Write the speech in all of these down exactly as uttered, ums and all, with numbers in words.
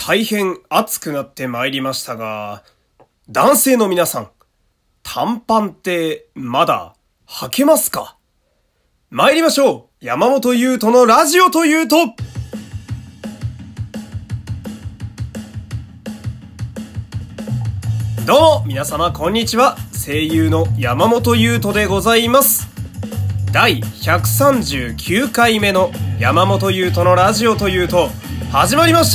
大変暑くなってまいりましたが、男性の皆さん、短パンってまだ履けますか？参りましょう。山本優斗のラジオというと。どうも皆様こんにちは。声優の山本優斗でございます。だいひゃくさんじゅうきゅうかいめの山本優斗のラジオというと始まりました。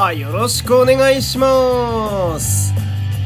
よろしくお願いします。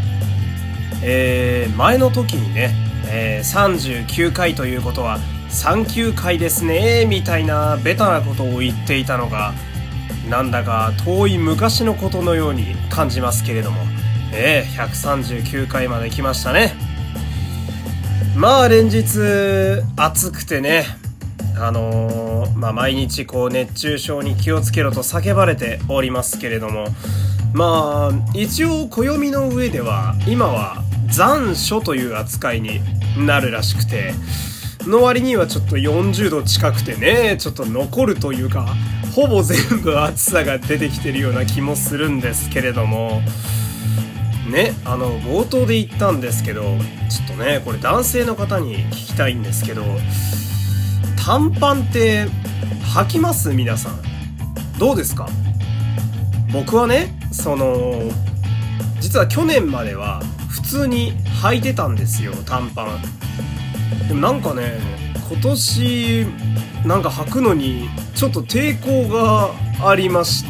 えー、前の時にね、えー、さんじゅうきゅうかいということはさんじゅうきゅうかいですねみたいなベタなことを言っていたのがなんだか遠い昔のことのように感じますけれども、えー、ひゃくさんじゅうきゅうかいまで来ましたね。まあ連日暑くてね、あのー、まあ毎日こう熱中症に気をつけろと叫ばれておりますけれども、まあ一応暦の上では今は残暑という扱いになるらしくて、の割にはちょっとよんじゅうど近くてね、ちょっと残るというかほぼ全部暑さが出てきてるような気もするんですけれどもね、あの冒頭で言ったんですけど、ちょっとねこれ男性の方に聞きたいんですけど、短パンって履きます？皆さんどうですか？僕はね、その実は去年までは普通に履いてたんですよ、短パン。でもなんかね今年なんか履くのにちょっと抵抗がありまして、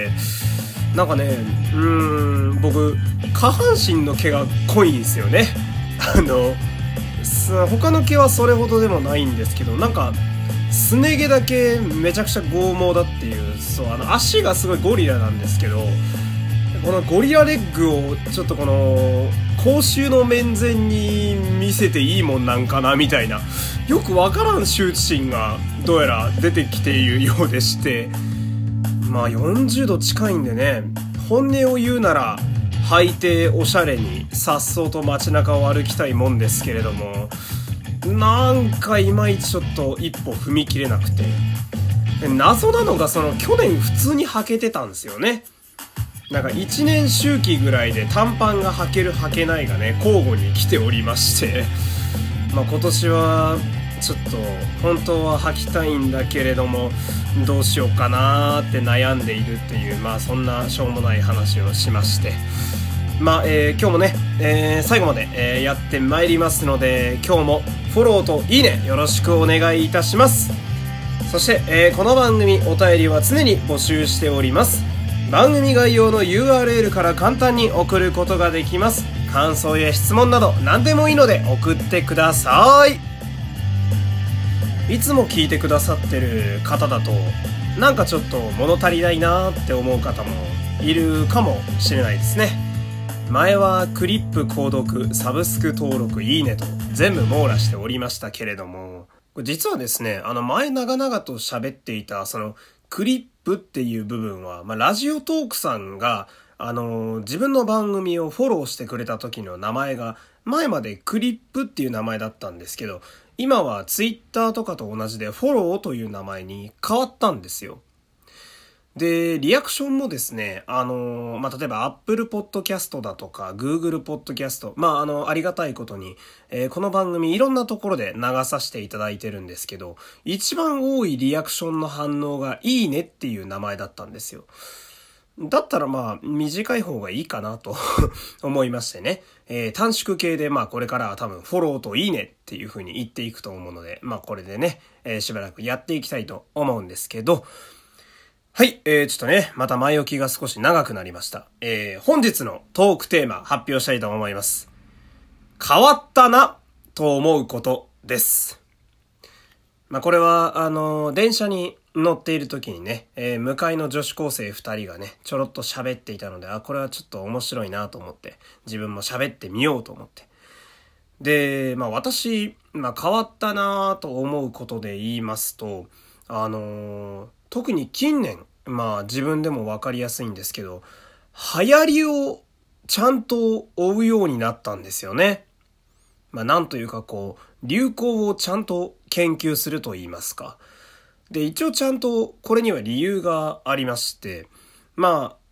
なんかねうーん僕下半身の毛が濃いんですよね。あの他の毛はそれほどでもないんですけど、なんかすね毛だけめちゃくちゃ剛毛だっていう、そうあの足がすごいゴリラなんですけど、このゴリラレッグをちょっとこの公衆の面前に見せていいもんなんかなみたいな、よくわからん羞恥心がどうやら出てきているようでして、まあよんじゅうど近いんでね、本音を言うなら履いておしゃれに颯爽と街中を歩きたいもんですけれども、なんかいまいちちょっと一歩踏み切れなくて、謎なのがその去年普通に履けてたんですよね。なんかいちねん周期ぐらいで短パンが履ける履けないがね交互に来ておりまして、まあ今年はちょっと本当は履きたいんだけれどもどうしようかなーって悩んでいるっていう、まあそんなしょうもない話をしまして、まあ、えー、今日もね、えー、最後まで、えー、やってまいりますので、今日もフォローといいねよろしくお願いいたします。そして、えー、この番組お便りは常に募集しております。番組概要の ユーアールエル から簡単に送ることができます。感想や質問など何でもいいので送ってください。いつも聞いてくださってる方だとなんかちょっと物足りないなーって思う方もいるかもしれないですね。前はクリップ購読、サブスク登録、いいねと全部網羅しておりましたけれども、実はですね、あの前長々と喋っていたそのクリップっていう部分は、まあ、ラジオトークさんがあの自分の番組をフォローしてくれた時の名前が前までクリップっていう名前だったんですけど、今はツイッターとかと同じでフォローという名前に変わったんですよ。で、リアクションもですね、あの、まあ、例えば Apple Podcast だとか Google Podcast、まあ、あの、ありがたいことに、えー、この番組いろんなところで流させていただいてるんですけど、一番多いリアクションの反応がいいねっていう名前だったんですよ。だったらまあ、短い方がいいかなと思いましてね、えー、短縮系でまあこれからは多分フォローといいねっていう風に言っていくと思うので、まあこれでね、えー、しばらくやっていきたいと思うんですけど、はい、えー、ちょっとね、また前置きが少し長くなりました。えー、本日のトークテーマ発表したいと思います。変わったなと思うことです。まあこれは、あの、電車に乗っている時にね、えー、向かいの女子高生二人がね、ちょろっと喋っていたので、あ、これはちょっと面白いなと思って、自分も喋ってみようと思って。で、まあ私、まあ変わったなと思うことで言いますと、あのー、特に近年、まあ自分でもわかりやすいんですけど、流行りをちゃんと追うようになったんですよね。まあなんというかこう、流行をちゃんと研究すると言いますか。で、一応ちゃんとこれには理由がありまして、まあ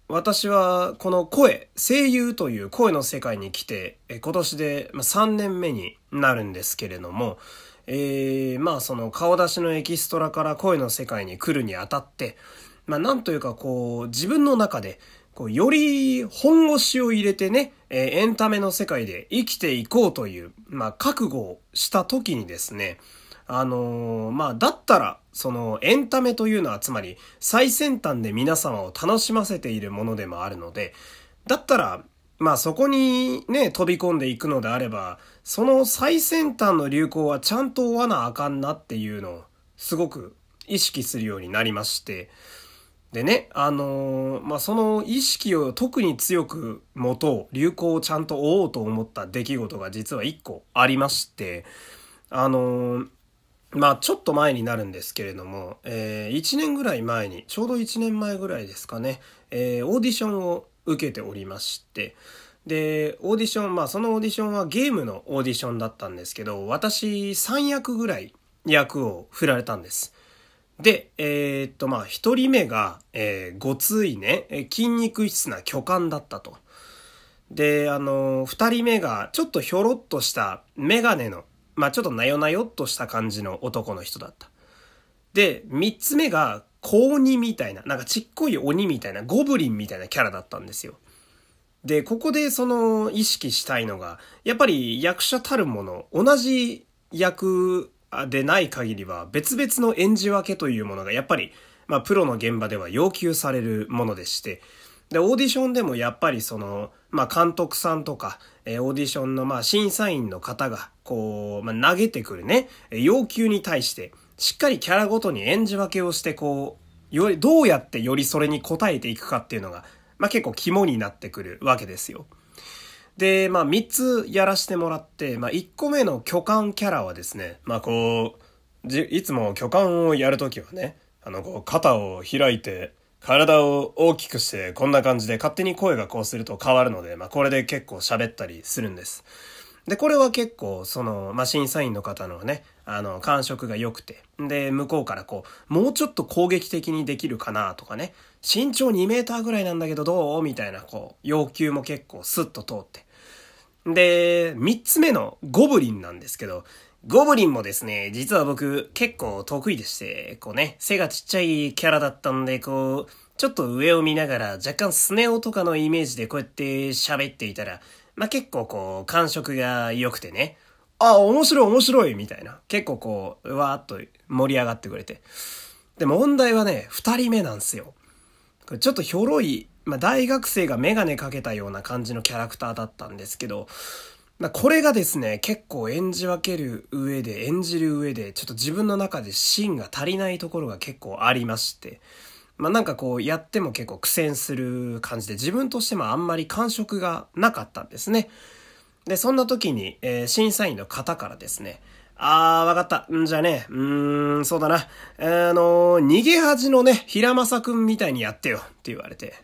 私はこの声、声優という声の世界に来て、え今年でさんねんめになるんですけれども、えー、まあその顔出しのエキストラから声の世界に来るにあたって、まあなんというかこう自分の中でこうより本腰を入れてね、えー、エンタメの世界で生きていこうという、まあ覚悟をした時にですね、あのー、まあだったらそのエンタメというのはつまり最先端で皆様を楽しませているものでもあるので、だったらまあそこにね飛び込んでいくのであれば、その最先端の流行はちゃんと追わなあかんなっていうのをすごく意識するようになりまして、でね、あのー、まあその意識を特に強く持とう、流行をちゃんと追おうと思った出来事が実は一個ありまして、あのーまあちょっと前になるんですけれども、えー、いちねんぐらい前に、ちょうどいちねんまえぐらいですかね、えー、オーディションを受けておりまして、で、オーディション、まあそのオーディションはゲームのオーディションだったんですけど、私さん役ぐらい役を振られたんです。で、えー、っとまあ一人目が、えー、ごついね、筋肉質な巨漢だったと。で、あのー、二人目がちょっとひょろっとしたメガネのまあちょっとなよなよっとした感じの男の人だった。で、三つ目が小鬼みたいな、なんかちっこい鬼みたいな、ゴブリンみたいなキャラだったんですよ。で、ここでその意識したいのが、やっぱり役者たるもの、同じ役でない限りは別々の演じ分けというものがやっぱり、まあプロの現場では要求されるものでして、で、オーディションでもやっぱりその、まあ監督さんとか、えー、オーディションのまあ審査員の方が、こう、まあ投げてくるね、要求に対して、しっかりキャラごとに演じ分けをして、こう、より、どうやってよりそれに応えていくかっていうのが、まあ結構肝になってくるわけですよ。で、まあみっつやらせてもらって、まあいっこめの巨漢キャラはですね、まあこう、じいつも巨漢をやるときはね、あのこう肩を開いて、体を大きくしてこんな感じで勝手に声がこうすると変わるので、まあこれで結構喋ったりするんです。で、これは結構その、まあ審査員の方のね、あの感触が良くて、で、向こうからこう、もうちょっと攻撃的にできるかなとかね、身長にメーターぐらいなんだけどどうみたいなこう、要求も結構スッと通って。で、三つ目のゴブリンなんですけど、ゴブリンもですね、実は僕結構得意でして、こうね、背がちっちゃいキャラだったんで、こう、ちょっと上を見ながら若干スネ夫とかのイメージでこうやって喋っていたら、まあ、結構こう、感触が良くてね、あ、面白い面白いみたいな、結構こう、うわーっと盛り上がってくれて。でも問題はね、二人目なんですよ。これちょっとひょろい、まあ、大学生がメガネかけたような感じのキャラクターだったんですけど、これがですね、結構演じ分ける上で、演じる上で、ちょっと自分の中で芯が足りないところが結構ありまして、まあなんかこうやっても結構苦戦する感じで、自分としてもあんまり感触がなかったんですね。で、そんな時に、えー、審査員の方からですね、あー、わかった。んじゃあね、うーん、そうだな。あのー、逃げ恥のね、平正くんみたいにやってよって言われて、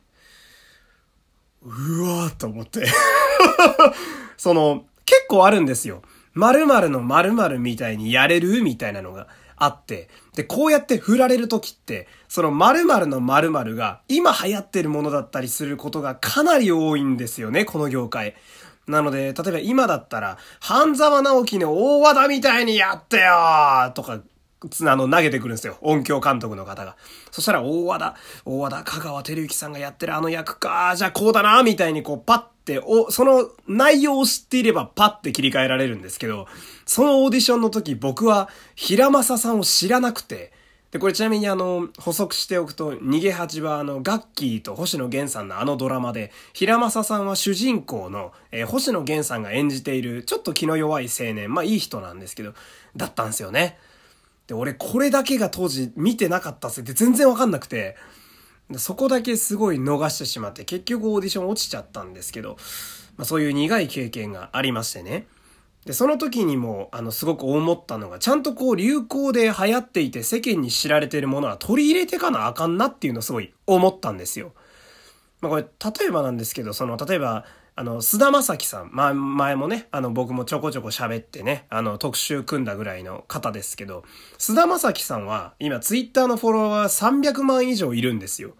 うわーと思って。その、結構あるんですよ。〇〇の〇〇みたいにやれるみたいなのがあって。で、こうやって振られるときって、その〇〇の〇〇が今流行ってるものだったりすることがかなり多いんですよね、この業界。なので、例えば今だったら、半沢直樹の大和田みたいにやってよーとか、あの、投げてくるんですよ。音響監督の方が。そしたら、大和田、大和田、香川照之さんがやってるあの役か、じゃあこうだな、みたいにこう、パッて、お、その内容を知っていればパッて切り替えられるんですけど、そのオーディションの時、僕は、平正さんを知らなくて、で、これちなみにあの、補足しておくと、逃げ恥はあの、ガッキーと星野源さんのあのドラマで、平正さんは主人公の、えー、星野源さんが演じている、ちょっと気の弱い青年、まあいい人なんですけど、だったんですよね。で、俺これだけが当時見てなかったっすって全然わかんなくて、そこだけすごい逃してしまって、結局オーディション落ちちゃったんですけど、まあそういう苦い経験がありましてね。で、その時にも、あの、すごく思ったのが、ちゃんとこう流行で流行っていて世間に知られているものは取り入れてかなあかんなっていうのをすごい思ったんですよ。まあこれ、例えばなんですけど、その、例えば、あの、菅田将暉さん、ま、前もね、あの、僕もちょこちょこ喋ってね、あの、特集組んだぐらいの方ですけど、菅田将暉さんは、今、ツイッターのフォロワーさんびゃくまん以上いるんですよ。っ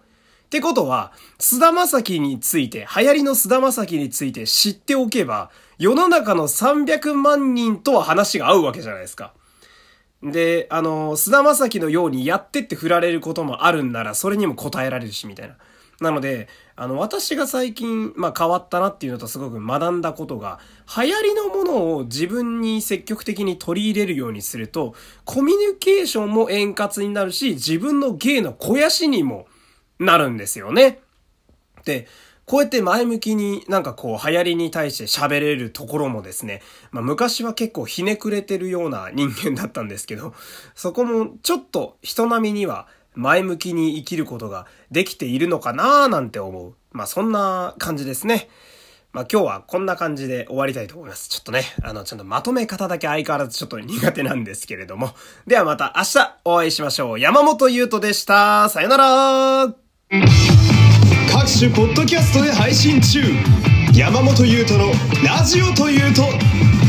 ってことは、菅田将暉について、流行りの菅田将暉について知っておけば、世の中のさんびゃくまんにんとは話が合うわけじゃないですか。で、あの、菅田将暉のようにやってって振られることもあるんなら、それにも答えられるし、みたいな。なので、あの、私が最近、まあ、変わったなっていうのとすごく学んだことが、流行りのものを自分に積極的に取り入れるようにすると、コミュニケーションも円滑になるし、自分の芸の肥やしにもなるんですよね。で、こうやって前向きになんかこう流行りに対して喋れるところもですね、まあ昔は結構ひねくれてるような人間だったんですけど、そこもちょっと人並みには前向きに生きることができているのかなーなんて思う。まあそんな感じですね。まあ今日はこんな感じで終わりたいと思います。ちょっとね、あのちゃんとまとめ方だけ相変わらずちょっと苦手なんですけれども。ではまた明日お会いしましょう。山本優斗でした。さよなら。 各種ポッドキャストで配信中。山本優斗のラジオというと。